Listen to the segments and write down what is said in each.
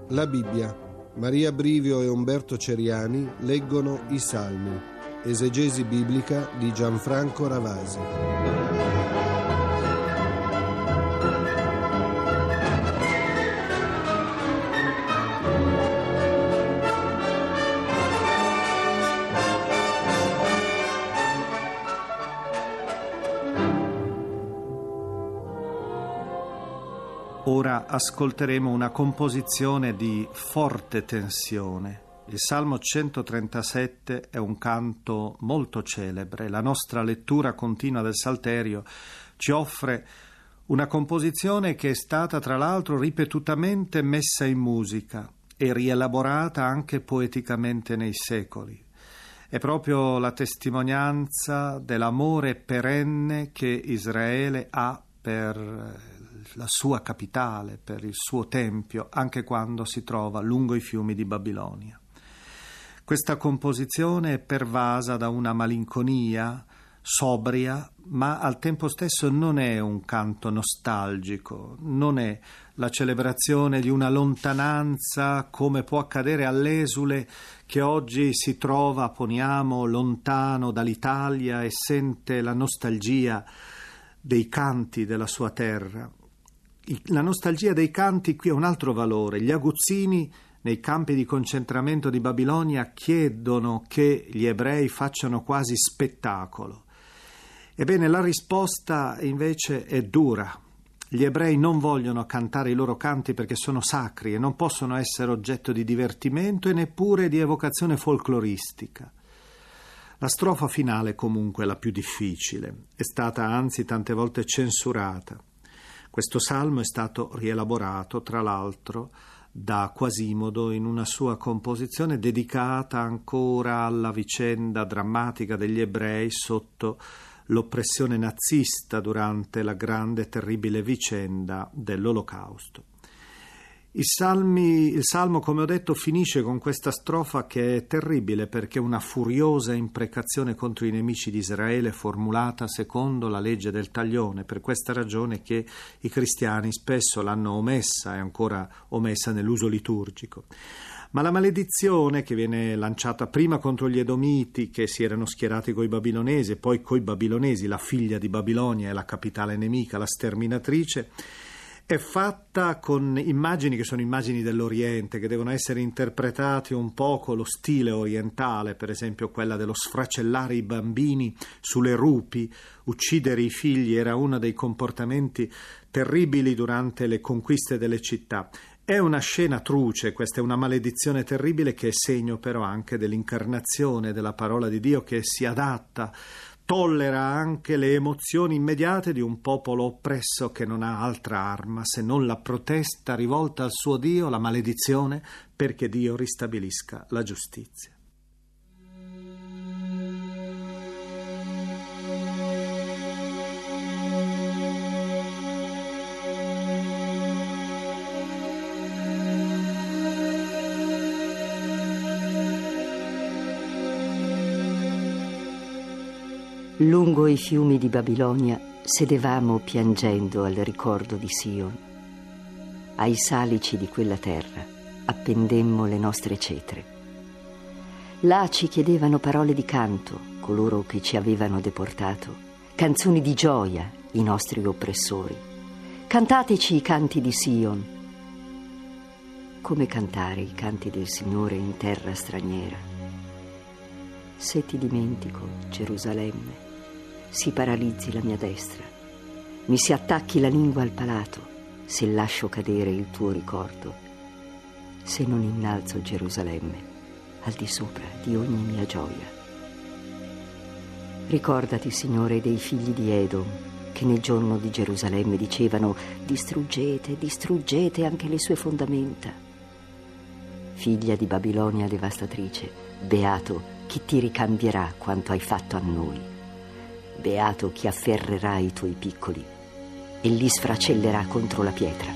La Bibbia. Maria Brivio e Umberto Ceriani leggono i Salmi. Esegesi biblica di Gianfranco Ravasi. Ora ascolteremo una composizione di forte tensione. Il Salmo 137 è un canto molto celebre. La nostra lettura continua del Salterio ci offre una composizione che è stata tra l'altro ripetutamente messa in musica e rielaborata anche poeticamente nei secoli. È proprio la testimonianza dell'amore perenne che Israele ha per la sua capitale, per il suo tempio, anche quando si trova lungo i fiumi di Babilonia. Questa composizione è pervasa da una malinconia sobria, ma al tempo stesso non è un canto nostalgico, non è la celebrazione di una lontananza come può accadere all'esule che oggi si trova, poniamo, lontano dall'Italia e sente la nostalgia dei canti della sua terra. La nostalgia dei canti qui ha un altro valore. Gli aguzzini nei campi di concentramento di Babilonia chiedono che gli ebrei facciano quasi spettacolo. Ebbene, la risposta invece è dura. Gli ebrei non vogliono cantare i loro canti perché sono sacri e non possono essere oggetto di divertimento e neppure di evocazione folcloristica. La strofa finale comunque è la più difficile, è stata anzi tante volte censurata. Questo salmo è stato rielaborato, tra l'altro, da Quasimodo in una sua composizione dedicata ancora alla vicenda drammatica degli ebrei sotto l'oppressione nazista durante la grande e terribile vicenda dell'Olocausto. Il Salmo, come ho detto, finisce con questa strofa che è terribile perché è una furiosa imprecazione contro i nemici di Israele formulata secondo la legge del taglione, per questa ragione che i cristiani spesso l'hanno omessa e ancora omessa nell'uso liturgico. Ma la maledizione che viene lanciata prima contro gli Edomiti che si erano schierati coi babilonesi e poi coi babilonesi, la figlia di Babilonia e la capitale nemica, la sterminatrice, è fatta con immagini che sono immagini dell'Oriente, che devono essere interpretate un po' con lo stile orientale, per esempio quella dello sfracellare i bambini sulle rupi, uccidere i figli era uno dei comportamenti terribili durante le conquiste delle città. È una scena truce, questa è una maledizione terribile che è segno però anche dell'incarnazione della parola di Dio che si adatta, tollera anche le emozioni immediate di un popolo oppresso che non ha altra arma se non la protesta rivolta al suo Dio, la maledizione, perché Dio ristabilisca la giustizia. Lungo i fiumi di Babilonia sedevamo piangendo al ricordo di Sion. Ai salici di quella terra appendemmo le nostre cetre. Là ci chiedevano parole di canto coloro che ci avevano deportato, canzoni di gioia i nostri oppressori. Cantateci i canti di Sion. Come cantare i canti del Signore in terra straniera? Se ti dimentico, Gerusalemme, si paralizzi la mia destra, mi si attacchi la lingua al palato se lascio cadere il tuo ricordo, se non innalzo Gerusalemme al di sopra di ogni mia gioia. Ricordati, Signore, dei figli di Edom che nel giorno di Gerusalemme dicevano: distruggete, distruggete anche le sue fondamenta. Figlia di Babilonia devastatrice, beato chi ti ricambierà quanto hai fatto a noi. Beato chi afferrerà i tuoi piccoli e li sfracellerà contro la pietra.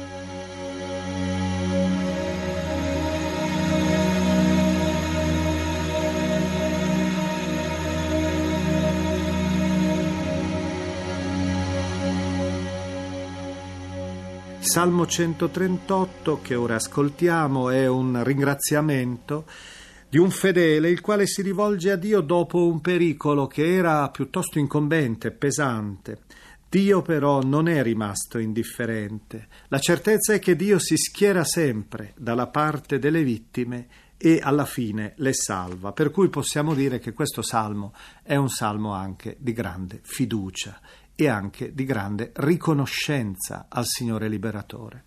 Salmo 138 che ora ascoltiamo è un ringraziamento di un fedele il quale si rivolge a Dio dopo un pericolo che era piuttosto incombente, pesante. Dio però non è rimasto indifferente. La certezza è che Dio si schiera sempre dalla parte delle vittime e alla fine le salva. Per cui possiamo dire che questo salmo è un salmo anche di grande fiducia e anche di grande riconoscenza al Signore Liberatore.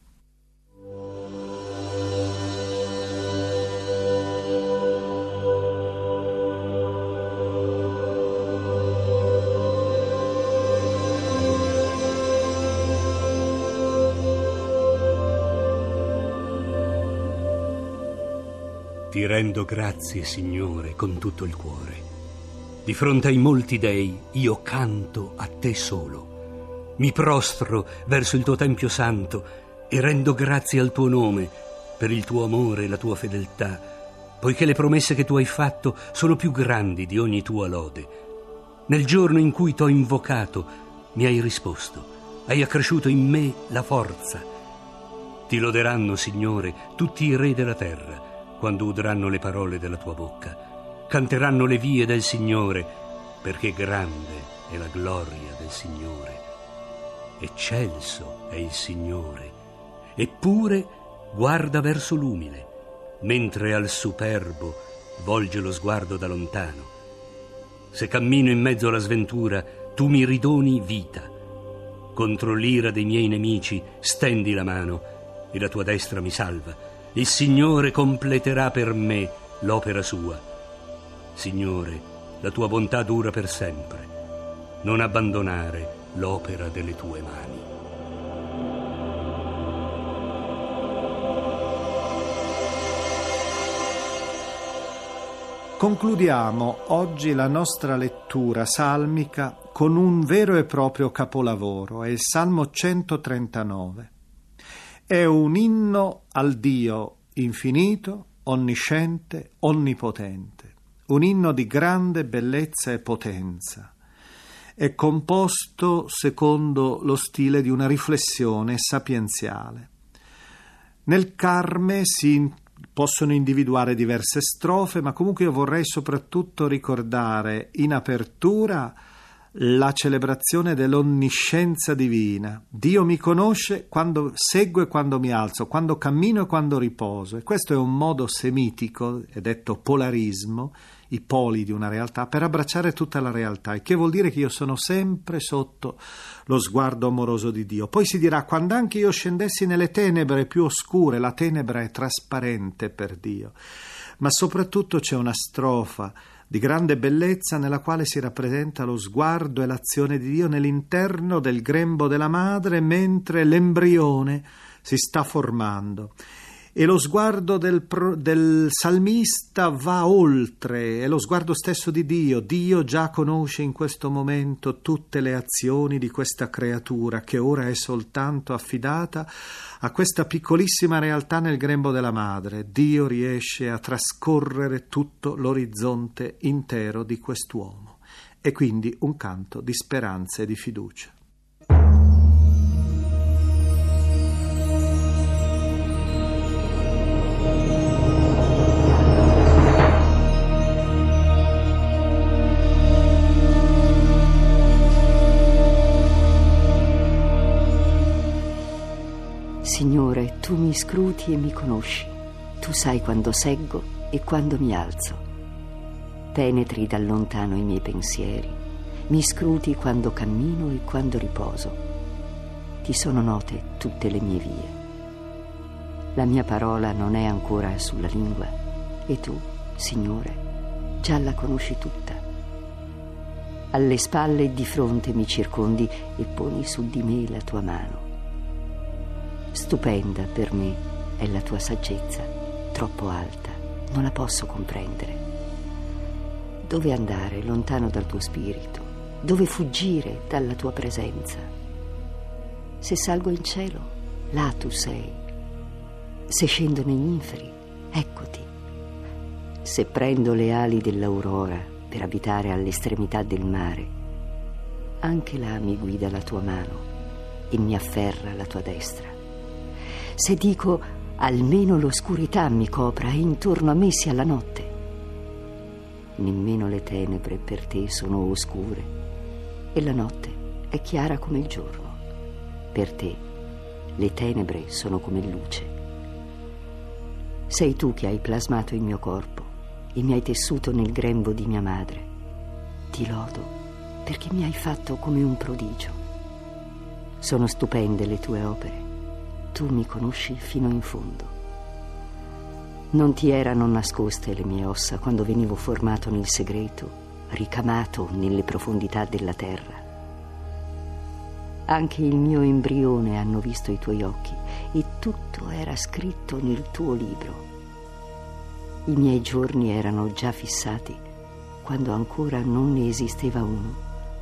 Ti rendo grazie, Signore, con tutto il cuore. Di fronte ai molti dei io canto a te solo. Mi prostro verso il tuo tempio santo e rendo grazie al tuo nome per il tuo amore e la tua fedeltà, poiché le promesse che tu hai fatto sono più grandi di ogni tua lode. Nel giorno in cui t'ho invocato mi hai risposto, hai accresciuto in me la forza. Ti loderanno, Signore, tutti i re della terra, quando udranno le parole della tua bocca. Canteranno le vie del Signore, perché grande è la gloria del Signore. Eccelso è il Signore, eppure guarda verso l'umile, mentre al superbo volge lo sguardo da lontano. Se cammino in mezzo alla sventura, tu mi ridoni vita. Contro l'ira dei miei nemici stendi la mano e la tua destra mi salva. Il Signore completerà per me l'opera sua. Signore, la tua bontà dura per sempre. Non abbandonare l'opera delle tue mani. Concludiamo oggi la nostra lettura salmica con un vero e proprio capolavoro, è il Salmo 139. È un inno al Dio infinito, onnisciente, onnipotente, un inno di grande bellezza e potenza. È composto secondo lo stile di una riflessione sapienziale. Nel Carme si possono individuare diverse strofe, ma comunque io vorrei soprattutto ricordare in apertura la celebrazione dell'onniscienza divina. Dio mi conosce quando seguo e quando mi alzo, quando cammino e quando riposo. E questo è un modo semitico, è detto polarismo, i poli di una realtà, per abbracciare tutta la realtà, il che vuol dire che io sono sempre sotto lo sguardo amoroso di Dio. Poi si dirà, quando anche io scendessi nelle tenebre più oscure, la tenebra è trasparente per Dio. Ma soprattutto c'è una strofa di grande bellezza nella quale si rappresenta lo sguardo e l'azione di Dio nell'interno del grembo della madre mentre l'embrione si sta formando. E lo sguardo del salmista va oltre, è lo sguardo stesso di Dio. Dio già conosce in questo momento tutte le azioni di questa creatura che ora è soltanto affidata a questa piccolissima realtà nel grembo della madre. Dio riesce a trascorrere tutto l'orizzonte intero di quest'uomo. È quindi un canto di speranza e di fiducia. Signore, tu mi scruti e mi conosci. Tu sai quando seggo e quando mi alzo. Penetri da lontano i miei pensieri. Mi scruti quando cammino e quando riposo. Ti sono note tutte le mie vie. La mia parola non è ancora sulla lingua e tu, Signore, già la conosci tutta. Alle spalle e di fronte mi circondi e poni su di me la tua mano. Stupenda per me è la tua saggezza, troppo alta, non la posso comprendere. Dove andare lontano dal tuo spirito? Dove fuggire dalla tua presenza? Se salgo in cielo, là tu sei. Se scendo negli inferi, eccoti. Se prendo le ali dell'aurora per abitare all'estremità del mare, anche là mi guida la tua mano e mi afferra la tua destra. se dico almeno l'oscurità mi copra e intorno a me sia la notte. Nemmeno le tenebre per te sono oscure e la notte è chiara come il giorno. Per te le tenebre sono come luce. Sei tu che hai plasmato il mio corpo e mi hai tessuto nel grembo di mia madre. Ti lodo perché mi hai fatto come un prodigio. Sono stupende le tue opere. Tu mi conosci fino in fondo. Non ti erano nascoste le mie ossa quando venivo formato nel segreto, ricamato nelle profondità della terra. Anche il mio embrione hanno visto i tuoi occhi e tutto era scritto nel tuo libro. I miei giorni erano già fissati quando ancora non ne esisteva uno.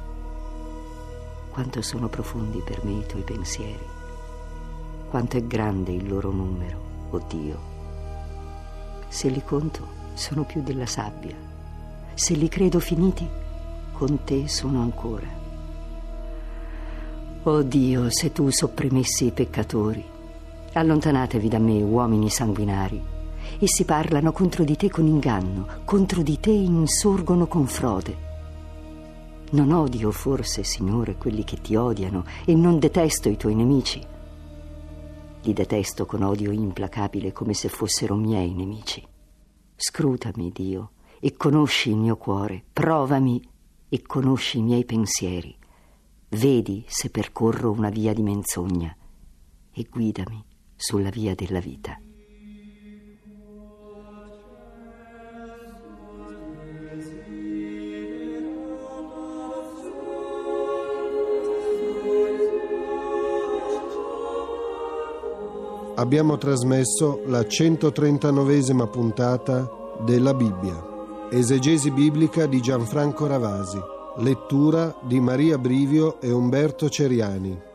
Quanto sono profondi per me i tuoi pensieri, quanto è grande il loro numero, oh Dio. Se li conto, sono più della sabbia. Se li credo finiti, con te sono ancora. Oh Dio, se tu sopprimessi i peccatori, allontanatevi da me, uomini sanguinari. Essi parlano contro di te con inganno, contro di te insorgono con frode. Non odio forse, Signore, quelli che ti odiano e non detesto i tuoi nemici. Li detesto con odio implacabile come se fossero miei nemici. Scrutami, Dio, e conosci il mio cuore, provami e conosci i miei pensieri. Vedi se percorro una via di menzogna e guidami sulla via della vita. Abbiamo trasmesso la 139esima puntata della Bibbia. Esegesi biblica di Gianfranco Ravasi. Lettura di Maria Brivio e Umberto Ceriani.